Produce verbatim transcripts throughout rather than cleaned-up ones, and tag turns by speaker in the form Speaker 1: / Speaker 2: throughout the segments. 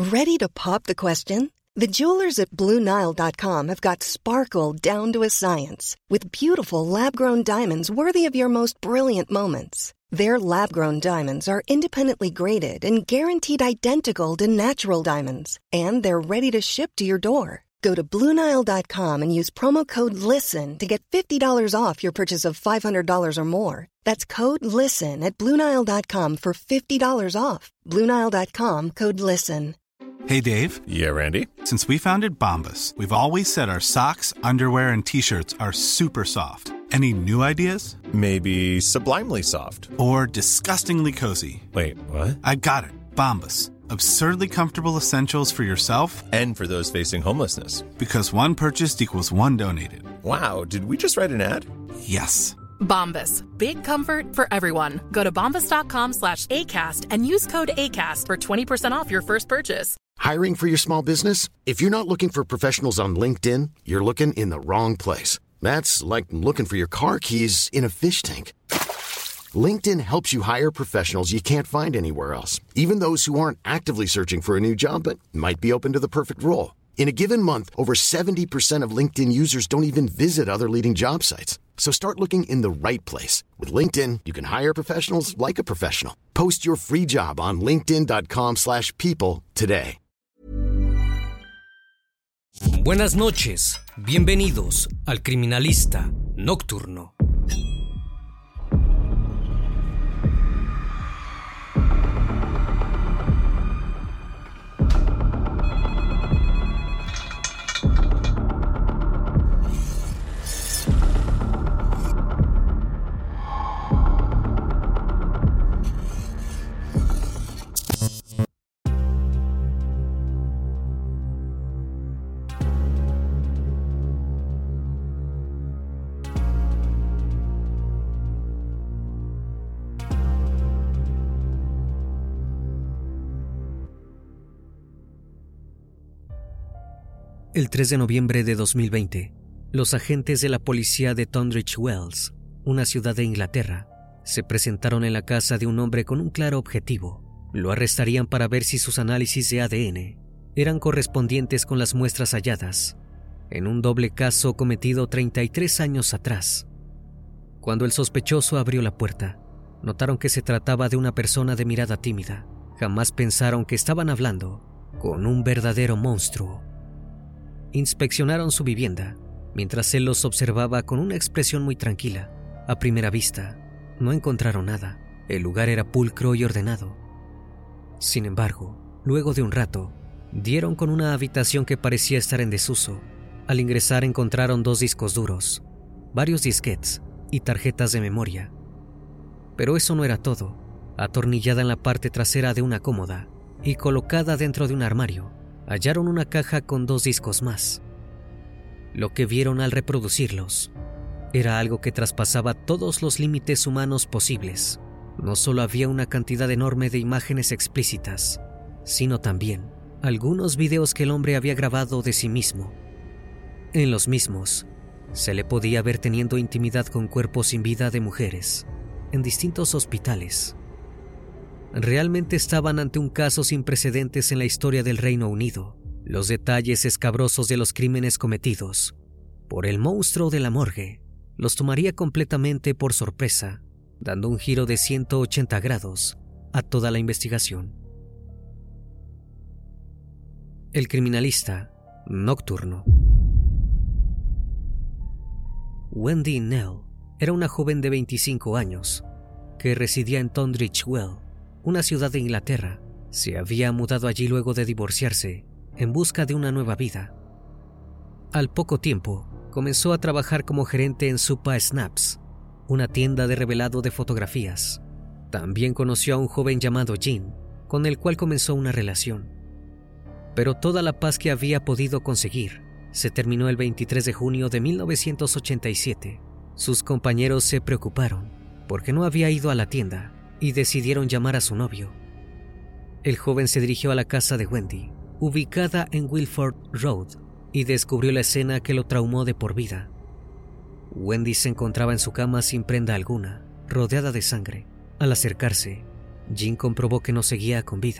Speaker 1: Ready to pop the question? The jewelers at Blue Nile dot com have got sparkle down to a science with beautiful lab-grown diamonds worthy of your most brilliant moments. Their lab-grown diamonds are independently graded and guaranteed identical to natural diamonds, and they're ready to ship to your door. Go to Blue Nile dot com and use promo code LISTEN to get fifty dollars off your purchase of five hundred dollars or more. That's code LISTEN at Blue Nile dot com for fifty dollars off. Blue Nile dot com, code LISTEN.
Speaker 2: Hey, Dave.
Speaker 3: Yeah, Randy?
Speaker 2: Since we founded Bombas, we've always said our socks, underwear, and T-shirts are super soft. Any new ideas?
Speaker 3: Maybe sublimely soft.
Speaker 2: Or disgustingly cozy.
Speaker 3: Wait, what?
Speaker 2: I got it. Bombas. Absurdly comfortable essentials for yourself
Speaker 3: and for those facing homelessness.
Speaker 2: Because one purchased equals one donated.
Speaker 3: Wow, did we just write an ad?
Speaker 2: Yes.
Speaker 4: Bombas. Big comfort for everyone. Go to bombas.com slash ACAST and use code ACAST for twenty percent off your first purchase.
Speaker 5: Hiring for your small business? If you're not looking for professionals on LinkedIn, you're looking in the wrong place. That's like looking for your car keys in a fish tank. LinkedIn helps you hire professionals you can't find anywhere else, even those who aren't actively searching for a new job but might be open to the perfect role. In a given month, over seventy percent of LinkedIn users don't even visit other leading job sites. So start looking in the right place. With LinkedIn, you can hire professionals like a professional. Post your free job on linkedin dot com slash people today.
Speaker 6: Buenas noches, bienvenidos al Criminalista Nocturno. El tres de noviembre de dos mil veinte, los agentes de la policía de Tunbridge Wells, una ciudad de Inglaterra, se presentaron en la casa de un hombre con un claro objetivo. Lo arrestarían para ver si sus análisis de A D N eran correspondientes con las muestras halladas en un doble caso cometido treinta y tres años atrás. Cuando el sospechoso abrió la puerta, notaron que se trataba de una persona de mirada tímida. Jamás pensaron que estaban hablando con un verdadero monstruo. Inspeccionaron su vivienda, mientras él los observaba con una expresión muy tranquila. A primera vista, no encontraron nada. El lugar era pulcro y ordenado. Sin embargo, luego de un rato, dieron con una habitación que parecía estar en desuso. Al ingresar encontraron dos discos duros, varios disquetes y tarjetas de memoria. Pero eso no era todo. Atornillada en la parte trasera de una cómoda y colocada dentro de un armario, hallaron una caja con dos discos más. Lo que vieron al reproducirlos era algo que traspasaba todos los límites humanos posibles. No solo había una cantidad enorme de imágenes explícitas, sino también algunos videos que el hombre había grabado de sí mismo. En los mismos, se le podía ver teniendo intimidad con cuerpos sin vida de mujeres en distintos hospitales. Realmente estaban ante un caso sin precedentes en la historia del Reino Unido. Los detalles escabrosos de los crímenes cometidos por el monstruo de la morgue los tomaría completamente por sorpresa, dando un giro de ciento ochenta grados a toda la investigación. El Criminalista Nocturno. Wendy Knell era una joven de veinticinco años que residía en Tunbridge Wells, una ciudad de Inglaterra. Se había mudado allí luego de divorciarse en busca de una nueva vida. Al poco tiempo, comenzó a trabajar como gerente en Supa Snaps, una tienda de revelado de fotografías. También conoció a un joven llamado Jean, con el cual comenzó una relación. Pero toda la paz que había podido conseguir se terminó el veintitrés de junio de mil novecientos ochenta y siete. Sus compañeros se preocuparon porque no había ido a la tienda y decidieron llamar a su novio. El joven se dirigió a la casa de Wendy, ubicada en Wilford Road, y descubrió la escena que lo traumó de por vida. Wendy se encontraba en su cama sin prenda alguna, rodeada de sangre. Al acercarse, Jean comprobó que no seguía con vida.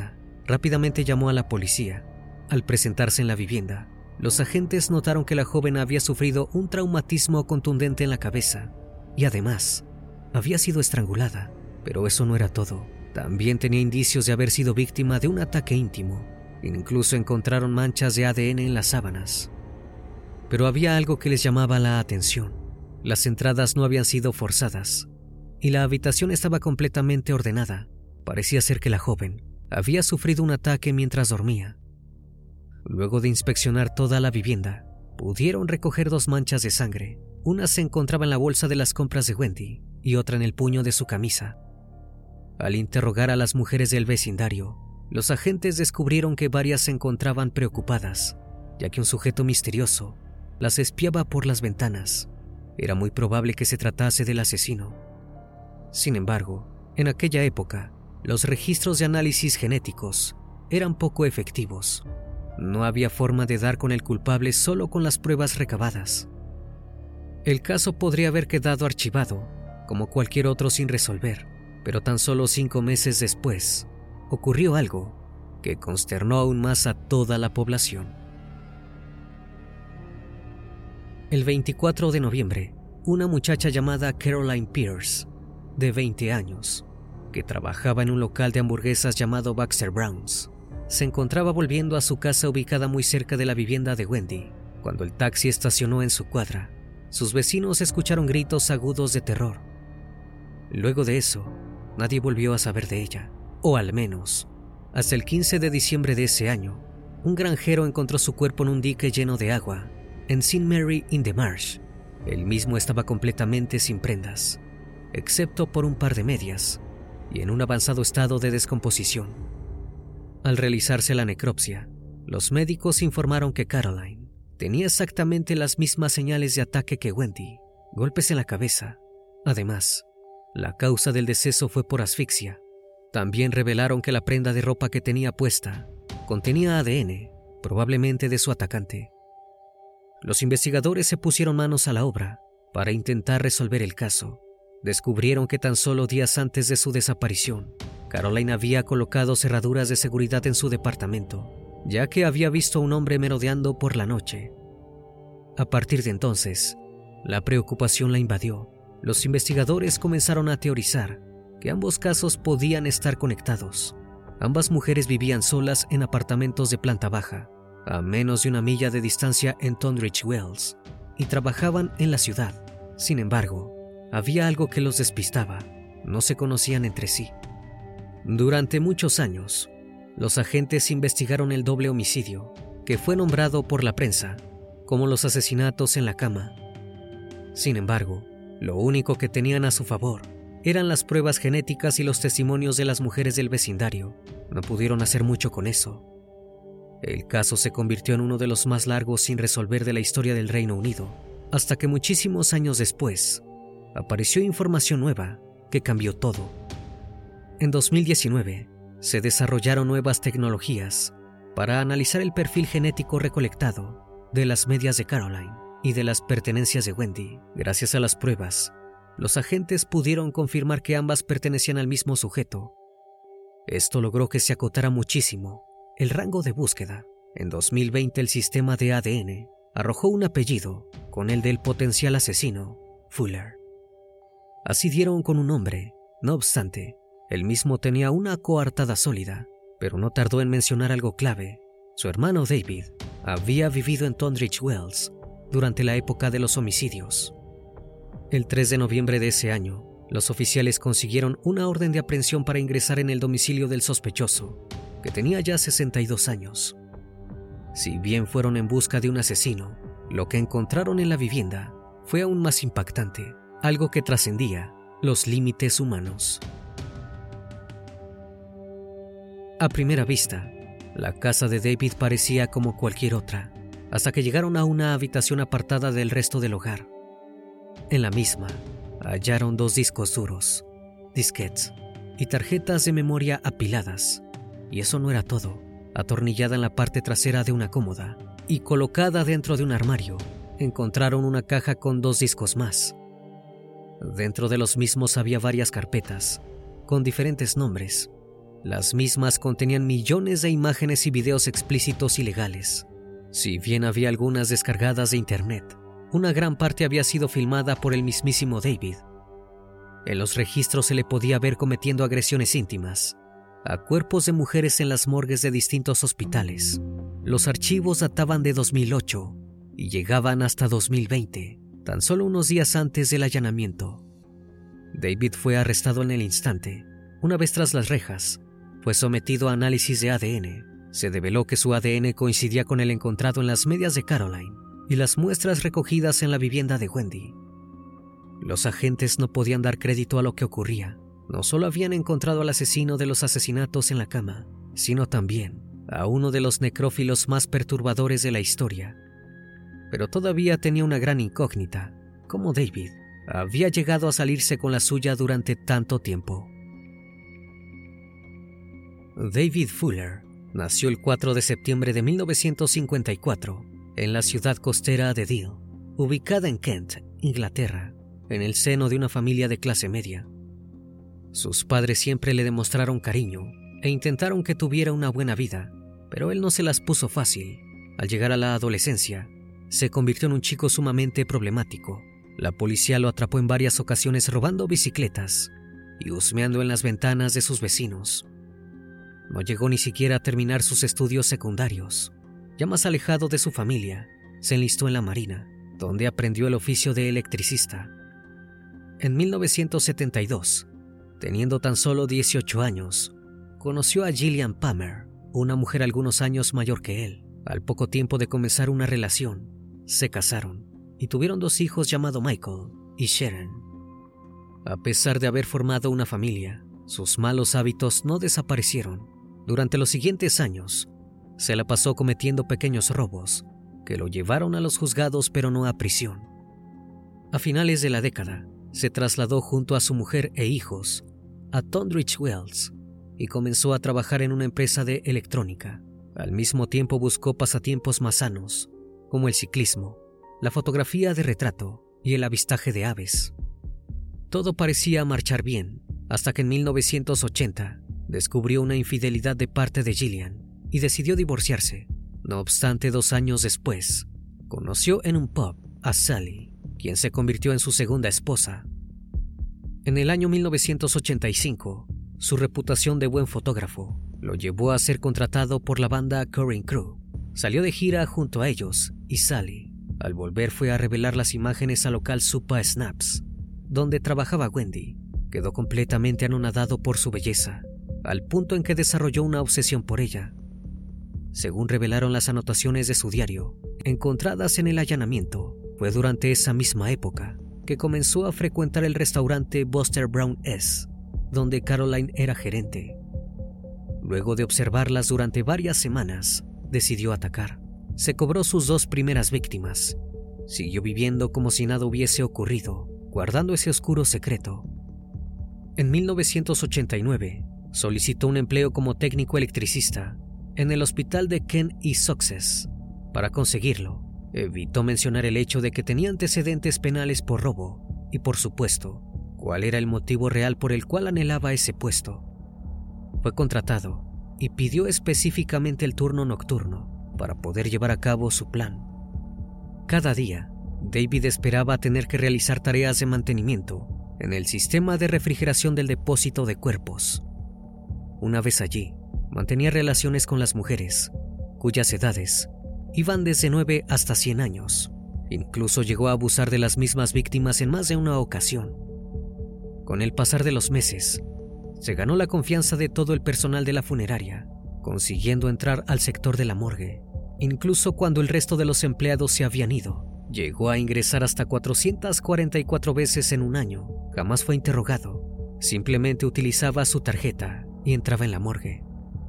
Speaker 6: rápidamente llamó a la policía. Al presentarse en la vivienda, los agentes notaron que la joven había sufrido un traumatismo contundente en la cabeza y además había sido estrangulada. Pero eso no era todo. También tenía indicios de haber sido víctima de un ataque íntimo. Incluso encontraron manchas de A D N en las sábanas. Pero había algo que les llamaba la atención. Las entradas no habían sido forzadas y la habitación estaba completamente ordenada. Parecía ser que la joven había sufrido un ataque mientras dormía. Luego de inspeccionar toda la vivienda, pudieron recoger dos manchas de sangre. Una se encontraba en la bolsa de las compras de Wendy y otra en el puño de su camisa. Al interrogar a las mujeres del vecindario, los agentes descubrieron que varias se encontraban preocupadas, ya que un sujeto misterioso las espiaba por las ventanas. Era muy probable que se tratase del asesino. Sin embargo, en aquella época, los registros de análisis genéticos eran poco efectivos. No había forma de dar con el culpable solo con las pruebas recabadas. El caso podría haber quedado archivado, como cualquier otro sin resolver, pero tan solo cinco meses después, ocurrió algo que consternó aún más a toda la población. El veinticuatro de noviembre, una muchacha llamada Caroline Pierce, de veinte años, que trabajaba en un local de hamburguesas llamado Baxter Brown's, se encontraba volviendo a su casa ubicada muy cerca de la vivienda de Wendy. Cuando el taxi estacionó en su cuadra, sus vecinos escucharon gritos agudos de terror. Luego de eso, nadie volvió a saber de ella, o al menos, hasta el quince de diciembre de ese año, un granjero encontró su cuerpo en un dique lleno de agua, en Saint Mary in the Marsh. El mismo estaba completamente sin prendas, excepto por un par de medias, y en un avanzado estado de descomposición. Al realizarse la necropsia, los médicos informaron que Caroline tenía exactamente las mismas señales de ataque que Wendy, golpes en la cabeza. Además, la causa del deceso fue por asfixia. También revelaron que la prenda de ropa que tenía puesta contenía A D N, probablemente de su atacante. Los investigadores se pusieron manos a la obra para intentar resolver el caso. Descubrieron que tan solo días antes de su desaparición, Caroline había colocado cerraduras de seguridad en su departamento, ya que había visto a un hombre merodeando por la noche. A partir de entonces, la preocupación la invadió. Los investigadores comenzaron a teorizar que ambos casos podían estar conectados. Ambas mujeres vivían solas en apartamentos de planta baja, a menos de una milla de distancia en Tunbridge Wells, y trabajaban en la ciudad. Sin embargo, había algo que los despistaba. No se conocían entre sí. Durante muchos años, los agentes investigaron el doble homicidio, que fue nombrado por la prensa como los asesinatos en la cama. Sin embargo, lo único que tenían a su favor eran las pruebas genéticas y los testimonios de las mujeres del vecindario. No pudieron hacer mucho con eso. El caso se convirtió en uno de los más largos sin resolver de la historia del Reino Unido, hasta que muchísimos años después, apareció información nueva que cambió todo. En dos mil diecinueve, se desarrollaron nuevas tecnologías para analizar el perfil genético recolectado de las medias de Caroline y de las pertenencias de Wendy. Gracias a las pruebas, los agentes pudieron confirmar que ambas pertenecían al mismo sujeto. Esto logró que se acotara muchísimo el rango de búsqueda. En dos mil veinte, el sistema de A D N arrojó un apellido con el del potencial asesino, Fuller. Así dieron con un nombre. No obstante, el mismo tenía una coartada sólida, pero no tardó en mencionar algo clave. Su hermano David había vivido en Tunbridge Wells durante la época de los homicidios. El tres de noviembre de ese año, los oficiales consiguieron una orden de aprehensión para ingresar en el domicilio del sospechoso, que tenía ya sesenta y dos años. Si bien fueron en busca de un asesino, lo que encontraron en la vivienda fue aún más impactante, algo que trascendía los límites humanos. A primera vista, la casa de David parecía como cualquier otra, hasta que llegaron a una habitación apartada del resto del hogar. En la misma, hallaron dos discos duros, disquetes y tarjetas de memoria apiladas. Y eso no era todo. Atornillada en la parte trasera de una cómoda y colocada dentro de un armario, encontraron una caja con dos discos más. Dentro de los mismos había varias carpetas, con diferentes nombres. Las mismas contenían millones de imágenes y videos explícitos ilegales. Si bien había algunas descargadas de internet, una gran parte había sido filmada por el mismísimo David. En los registros se le podía ver cometiendo agresiones íntimas a cuerpos de mujeres en las morgues de distintos hospitales. Los archivos databan de dos mil ocho y llegaban hasta dos mil veinte, tan solo unos días antes del allanamiento. David fue arrestado en el instante. Una vez tras las rejas, fue sometido a análisis de A D N. Se develó que su A D N coincidía con el encontrado en las medias de Caroline y las muestras recogidas en la vivienda de Wendy. Los agentes no podían dar crédito a lo que ocurría. No solo habían encontrado al asesino de los asesinatos en la cama, sino también a uno de los necrófilos más perturbadores de la historia. Pero todavía tenía una gran incógnita: ¿cómo David había llegado a salirse con la suya durante tanto tiempo? David Fuller nació el cuatro de septiembre de mil novecientos cincuenta y cuatro en la ciudad costera de Deal, ubicada en Kent, Inglaterra, en el seno de una familia de clase media. Sus padres siempre le demostraron cariño e intentaron que tuviera una buena vida, pero él no se las puso fácil. Al llegar a la adolescencia, se convirtió en un chico sumamente problemático. La policía lo atrapó en varias ocasiones robando bicicletas y husmeando en las ventanas de sus vecinos. No llegó ni siquiera a terminar sus estudios secundarios. Ya más alejado de su familia, se enlistó en la Marina, donde aprendió el oficio de electricista. En mil novecientos setenta y dos, teniendo tan solo dieciocho años, conoció a Gillian Palmer, una mujer algunos años mayor que él. Al poco tiempo de comenzar una relación, se casaron y tuvieron dos hijos llamados Michael y Sharon. A pesar de haber formado una familia, sus malos hábitos no desaparecieron. Durante los siguientes años, se la pasó cometiendo pequeños robos que lo llevaron a los juzgados, pero no a prisión. A finales de la década, se trasladó junto a su mujer e hijos a Tunbridge Wells y comenzó a trabajar en una empresa de electrónica. Al mismo tiempo buscó pasatiempos más sanos, como el ciclismo, la fotografía de retrato y el avistaje de aves. Todo parecía marchar bien, hasta que en mil novecientos ochenta descubrió una infidelidad de parte de Gillian y decidió divorciarse. No obstante, dos años después, conoció en un pub a Sally, quien se convirtió en su segunda esposa. En el año mil novecientos ochenta y cinco, su reputación de buen fotógrafo lo llevó a ser contratado por la banda Corin Crew. Salió de gira junto a ellos y Sally, al volver, fue a revelar las imágenes al local Supa Snaps, donde trabajaba Wendy. Quedó completamente anonadado por su belleza, al punto en que desarrolló una obsesión por ella. Según revelaron las anotaciones de su diario, encontradas en el allanamiento, fue durante esa misma época que comenzó a frecuentar el restaurante Buster Brown S, donde Caroline era gerente. Luego de observarlas durante varias semanas, decidió atacar. Se cobró sus dos primeras víctimas. Siguió viviendo como si nada hubiese ocurrido, guardando ese oscuro secreto. En mil novecientos ochenta y nueve, solicitó un empleo como técnico electricista en el hospital de Kent y Sussex. Para conseguirlo, evitó mencionar el hecho de que tenía antecedentes penales por robo y, por supuesto, cuál era el motivo real por el cual anhelaba ese puesto. Fue contratado y pidió específicamente el turno nocturno para poder llevar a cabo su plan. Cada día, David esperaba tener que realizar tareas de mantenimiento en el sistema de refrigeración del depósito de cuerpos. Una vez allí, mantenía relaciones con las mujeres, cuyas edades iban desde nueve hasta cien años. Incluso llegó a abusar de las mismas víctimas en más de una ocasión. Con el pasar de los meses, se ganó la confianza de todo el personal de la funeraria, consiguiendo entrar al sector de la morgue. Incluso cuando el resto de los empleados se habían ido, llegó a ingresar hasta cuatrocientas cuarenta y cuatro veces en un año. Jamás fue interrogado, simplemente utilizaba su tarjeta y entraba en la morgue.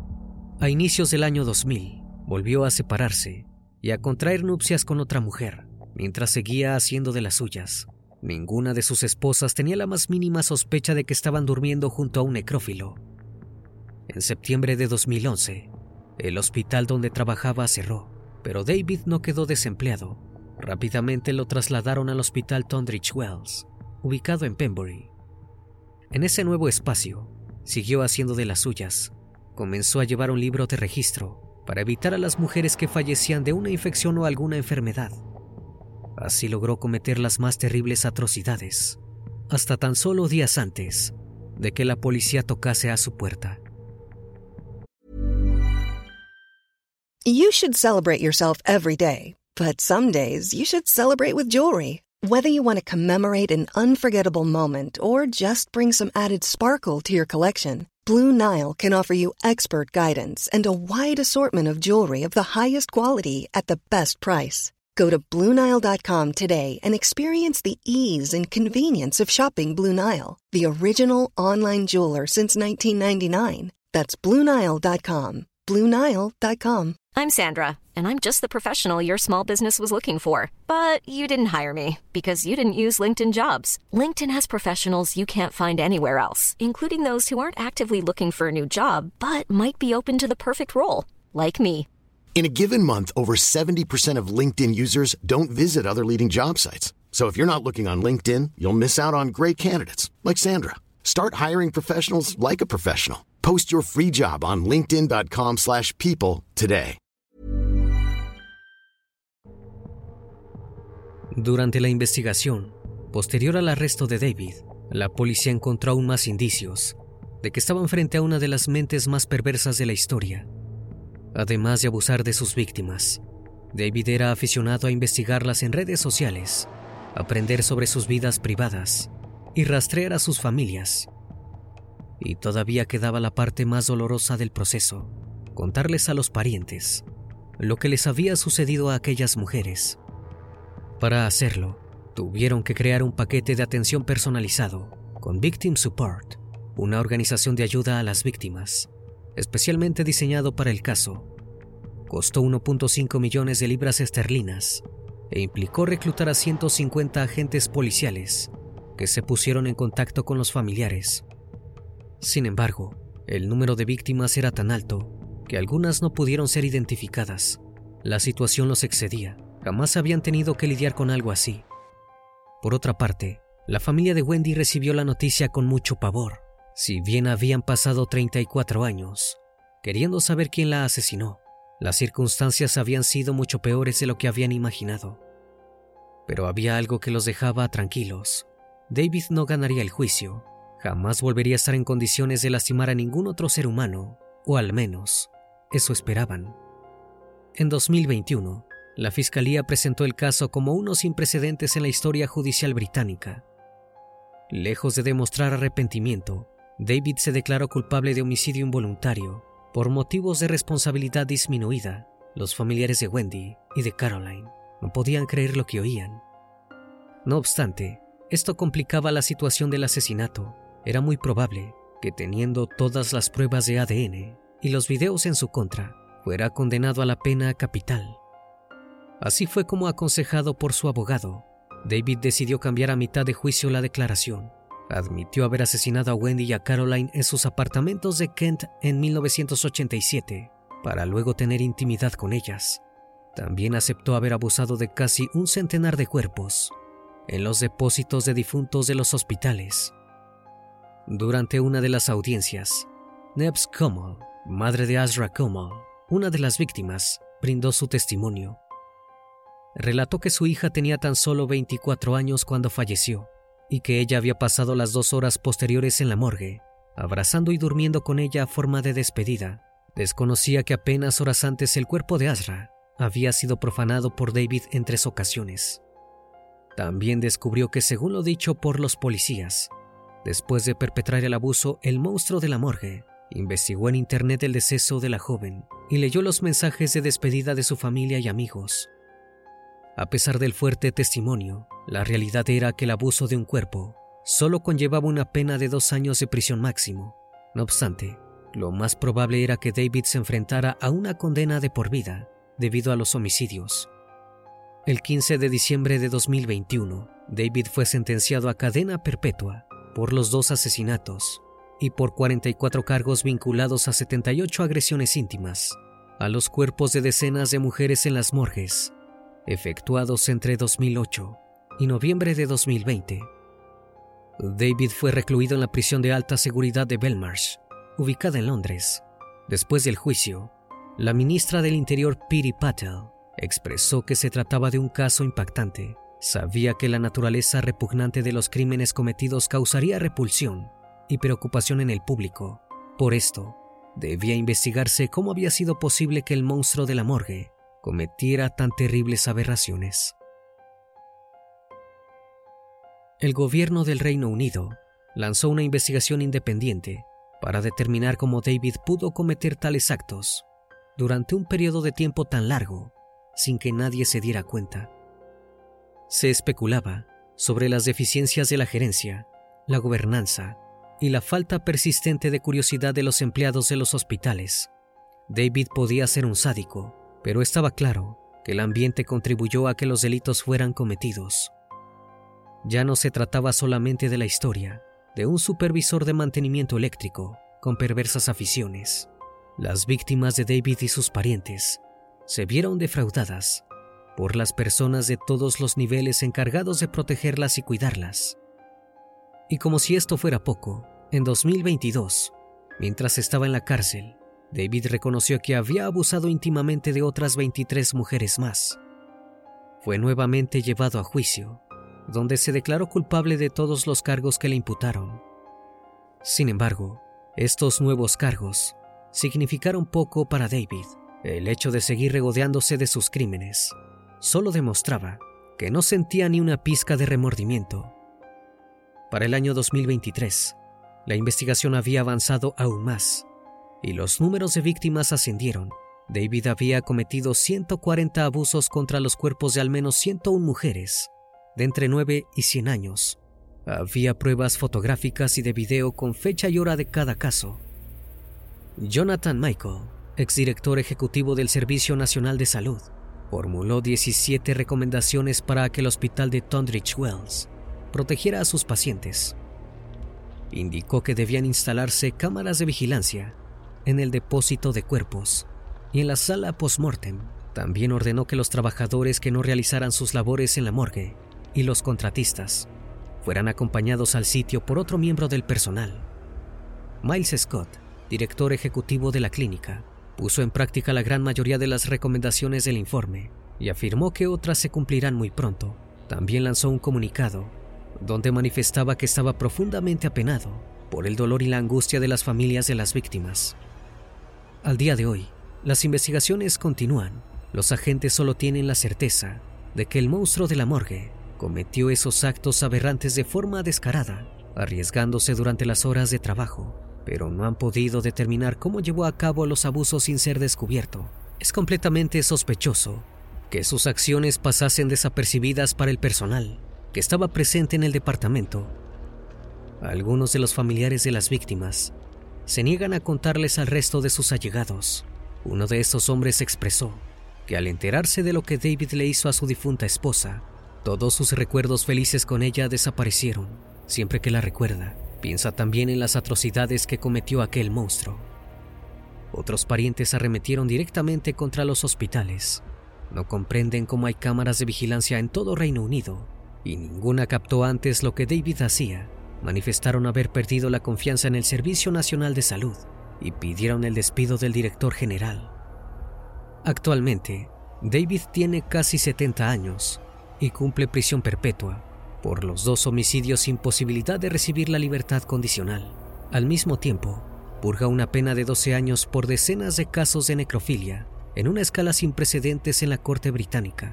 Speaker 6: A inicios del año dos mil, volvió a separarse y a contraer nupcias con otra mujer, mientras seguía haciendo de las suyas. Ninguna de sus esposas tenía la más mínima sospecha de que estaban durmiendo junto a un necrófilo. En septiembre de dos mil once, el hospital donde trabajaba cerró, pero David no quedó desempleado. Rápidamente lo trasladaron al hospital Tunbridge Wells, ubicado en Pembury. En ese nuevo espacio, siguió haciendo de las suyas, comenzó a llevar un libro de registro para evitar a las mujeres que fallecían de una infección o alguna enfermedad. Así logró cometer las más terribles atrocidades, hasta tan solo días antes de que la policía tocase a su puerta.
Speaker 1: You should celebrate yourself every day, but some days you should celebrate with jewelry. Whether you want to commemorate an unforgettable moment or just bring some added sparkle to your collection, Blue Nile can offer you expert guidance and a wide assortment of jewelry of the highest quality at the best price. Go to Blue Nile dot com today and experience the ease and convenience of shopping Blue Nile, the original online jeweler since nineteen ninety-nine. That's Blue Nile dot com. Blue Nile dot com.
Speaker 7: I'm Sandra, and I'm just the professional your small business was looking for. But you didn't hire me because you didn't use LinkedIn Jobs. LinkedIn has professionals you can't find anywhere else, including those who aren't actively looking for a new job, but might be open to the perfect role, like me.
Speaker 5: In a given month, over seventy percent of LinkedIn users don't visit other leading job sites. So if you're not looking on LinkedIn, you'll miss out on great candidates like Sandra. Start hiring professionals like a professional. Post your free job on linkedin dot com slash people today.
Speaker 6: Durante la investigación posterior al arresto de David, la policía encontró aún más indicios de que estaban frente a una de las mentes más perversas de la historia. Además de abusar de sus víctimas, David era aficionado a investigarlas en redes sociales, aprender sobre sus vidas privadas y rastrear a sus familias. Y todavía quedaba la parte más dolorosa del proceso, contarles a los parientes lo que les había sucedido a aquellas mujeres. Para hacerlo, tuvieron que crear un paquete de atención personalizado con Victim Support, una organización de ayuda a las víctimas, especialmente diseñado para el caso. Costó uno punto cinco millones de libras esterlinas e implicó reclutar a ciento cincuenta agentes policiales que se pusieron en contacto con los familiares. Sin embargo, el número de víctimas era tan alto que algunas no pudieron ser identificadas. La situación los excedía. Jamás habían tenido que lidiar con algo así. Por otra parte, la familia de Wendy recibió la noticia con mucho pavor. Si bien habían pasado treinta y cuatro años, queriendo saber quién la asesinó, las circunstancias habían sido mucho peores de lo que habían imaginado. Pero había algo que los dejaba tranquilos. David no ganaría el juicio. Jamás volvería a estar en condiciones de lastimar a ningún otro ser humano, o al menos, eso esperaban. En dos mil veintiuno, la Fiscalía presentó el caso como uno sin precedentes en la historia judicial británica. Lejos de demostrar arrepentimiento, David se declaró culpable de homicidio involuntario por motivos de responsabilidad disminuida. Los familiares de Wendy y de Caroline no podían creer lo que oían. No obstante, esto complicaba la situación del asesinato. Era muy probable que, teniendo todas las pruebas de A D N y los videos en su contra, fuera condenado a la pena capital. Así fue como, aconsejado por su abogado, David decidió cambiar a mitad de juicio la declaración. Admitió haber asesinado a Wendy y a Caroline en sus apartamentos de Kent en mil novecientos ochenta y siete, para luego tener intimidad con ellas. También aceptó haber abusado de casi un centenar de cuerpos en los depósitos de difuntos de los hospitales. Durante una de las audiencias, Nebs Kummel, madre de Azra Kummel, una de las víctimas, brindó su testimonio. Relató que su hija tenía tan solo veinticuatro años cuando falleció y que ella había pasado las dos horas posteriores en la morgue, abrazando y durmiendo con ella a forma de despedida. Desconocía que apenas horas antes el cuerpo de Azra había sido profanado por David en tres ocasiones. También descubrió que, según lo dicho por los policías, después de perpetrar el abuso, el monstruo de la morgue investigó en internet el deceso de la joven y leyó los mensajes de despedida de su familia y amigos. A pesar del fuerte testimonio, la realidad era que el abuso de un cuerpo solo conllevaba una pena de dos años de prisión máximo. No obstante, lo más probable era que David se enfrentara a una condena de por vida debido a los homicidios. El quince de diciembre de dos mil veintiuno, David fue sentenciado a cadena perpetua por los dos asesinatos y por cuarenta y cuatro cargos vinculados a setenta y ocho agresiones íntimas a los cuerpos de decenas de mujeres en las morgues, efectuados entre dos mil ocho y noviembre de dos mil veinte. David fue recluido en la prisión de alta seguridad de Belmarsh, ubicada en Londres, Después del juicio, la ministra del Interior Priti Patel expresó que se trataba de un caso impactante. Sabía que la naturaleza repugnante de los crímenes cometidos causaría repulsión y preocupación en el público. Por esto, debía investigarse cómo había sido posible que el monstruo de la morgue cometiera tan terribles aberraciones. El gobierno del Reino Unido lanzó una investigación independiente para determinar cómo David pudo cometer tales actos durante un periodo de tiempo tan largo sin que nadie se diera cuenta. Se especulaba sobre las deficiencias de la gerencia, la gobernanza y la falta persistente de curiosidad de los empleados de los hospitales. David podía ser un sádico, pero estaba claro que el ambiente contribuyó a que los delitos fueran cometidos. Ya no se trataba solamente de la historia de un supervisor de mantenimiento eléctrico con perversas aficiones. Las víctimas de David y sus parientes se vieron defraudadas por las personas de todos los niveles encargados de protegerlas y cuidarlas. Y como si esto fuera poco, en dos mil veintidós, mientras estaba en la cárcel, David reconoció que había abusado íntimamente de otras veintitrés mujeres más. Fue nuevamente llevado a juicio, donde se declaró culpable de todos los cargos que le imputaron. Sin embargo, estos nuevos cargos significaron poco para David. El hecho de seguir regodeándose de sus crímenes solo demostraba que no sentía ni una pizca de remordimiento. Para el año dos mil veintitrés, la investigación había avanzado aún más y los números de víctimas ascendieron. David había cometido ciento cuarenta abusos contra los cuerpos de al menos ciento una mujeres de entre nueve y cien años. Había pruebas fotográficas y de video con fecha y hora de cada caso. Jonathan Michael, exdirector ejecutivo del Servicio Nacional de Salud, formuló diecisiete recomendaciones para que el hospital de Tunbridge Wells protegiera a sus pacientes. Indicó que debían instalarse cámaras de vigilancia en el depósito de cuerpos y en la sala post-mortem. También ordenó que los trabajadores que no realizaran sus labores en la morgue y los contratistas fueran acompañados al sitio por otro miembro del personal. Miles Scott, director ejecutivo de la clínica, puso en práctica la gran mayoría de las recomendaciones del informe y afirmó que otras se cumplirán muy pronto. También lanzó un comunicado donde manifestaba que estaba profundamente apenado por el dolor y la angustia de las familias de las víctimas. Al día de hoy, las investigaciones continúan. Los agentes solo tienen la certeza de que el monstruo de la morgue cometió esos actos aberrantes de forma descarada, arriesgándose durante las horas de trabajo, pero no han podido determinar cómo llevó a cabo los abusos sin ser descubierto. Es completamente sospechoso que sus acciones pasasen desapercibidas para el personal que estaba presente en el departamento. Algunos de los familiares de las víctimas se niegan a contarles al resto de sus allegados. Uno de estos hombres expresó que al enterarse de lo que David le hizo a su difunta esposa, todos sus recuerdos felices con ella desaparecieron. Siempre que la recuerda, piensa también en las atrocidades que cometió aquel monstruo. Otros parientes arremetieron directamente contra los hospitales. No comprenden cómo hay cámaras de vigilancia en todo Reino Unido y ninguna captó antes lo que David hacía. Manifestaron haber perdido la confianza en el Servicio Nacional de Salud y pidieron el despido del director general. Actualmente, David tiene casi setenta años y cumple prisión perpetua por los dos homicidios sin posibilidad de recibir la libertad condicional. Al mismo tiempo, purga una pena de doce años por decenas de casos de necrofilia en una escala sin precedentes en la corte británica.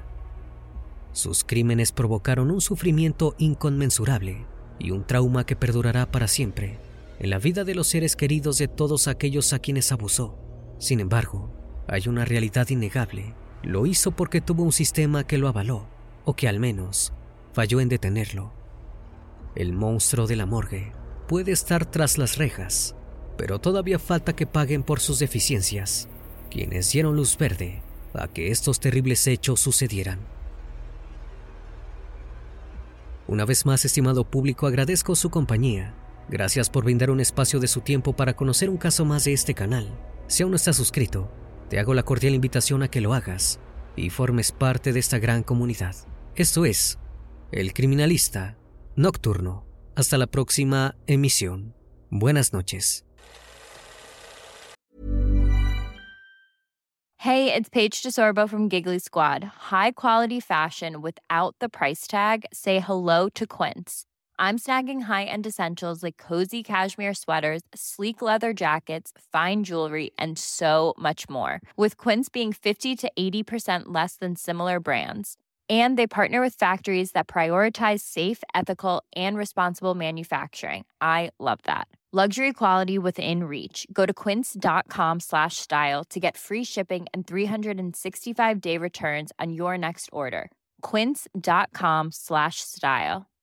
Speaker 6: Sus crímenes provocaron un sufrimiento inconmensurable y un trauma que perdurará para siempre en la vida de los seres queridos de todos aquellos a quienes abusó. Sin embargo, hay una realidad innegable. Lo hizo porque tuvo un sistema que lo avaló, o que al menos falló en detenerlo. El monstruo de la morgue puede estar tras las rejas, pero todavía falta que paguen por sus deficiencias quienes dieron luz verde a que estos terribles hechos sucedieran. Una vez más, estimado público, agradezco su compañía. Gracias por brindar un espacio de su tiempo para conocer un caso más de este canal. Si aún no estás suscrito, te hago la cordial invitación a que lo hagas y formes parte de esta gran comunidad. Esto es El Criminalista Nocturno. Hasta la próxima emisión. Buenas noches.
Speaker 8: Hey, it's Paige DeSorbo from Giggly Squad. High quality fashion without the price tag. Say hello to Quince. I'm snagging high-end essentials like cozy cashmere sweaters, sleek leather jackets, fine jewelry, and so much more. With Quince being fifty to eighty percent less than similar brands. And they partner with factories that prioritize safe, ethical, and responsible manufacturing. I love that. Luxury quality within reach. Go to quince.com slash style to get free shipping and three sixty-five day returns on your next order. Quince.com slash style.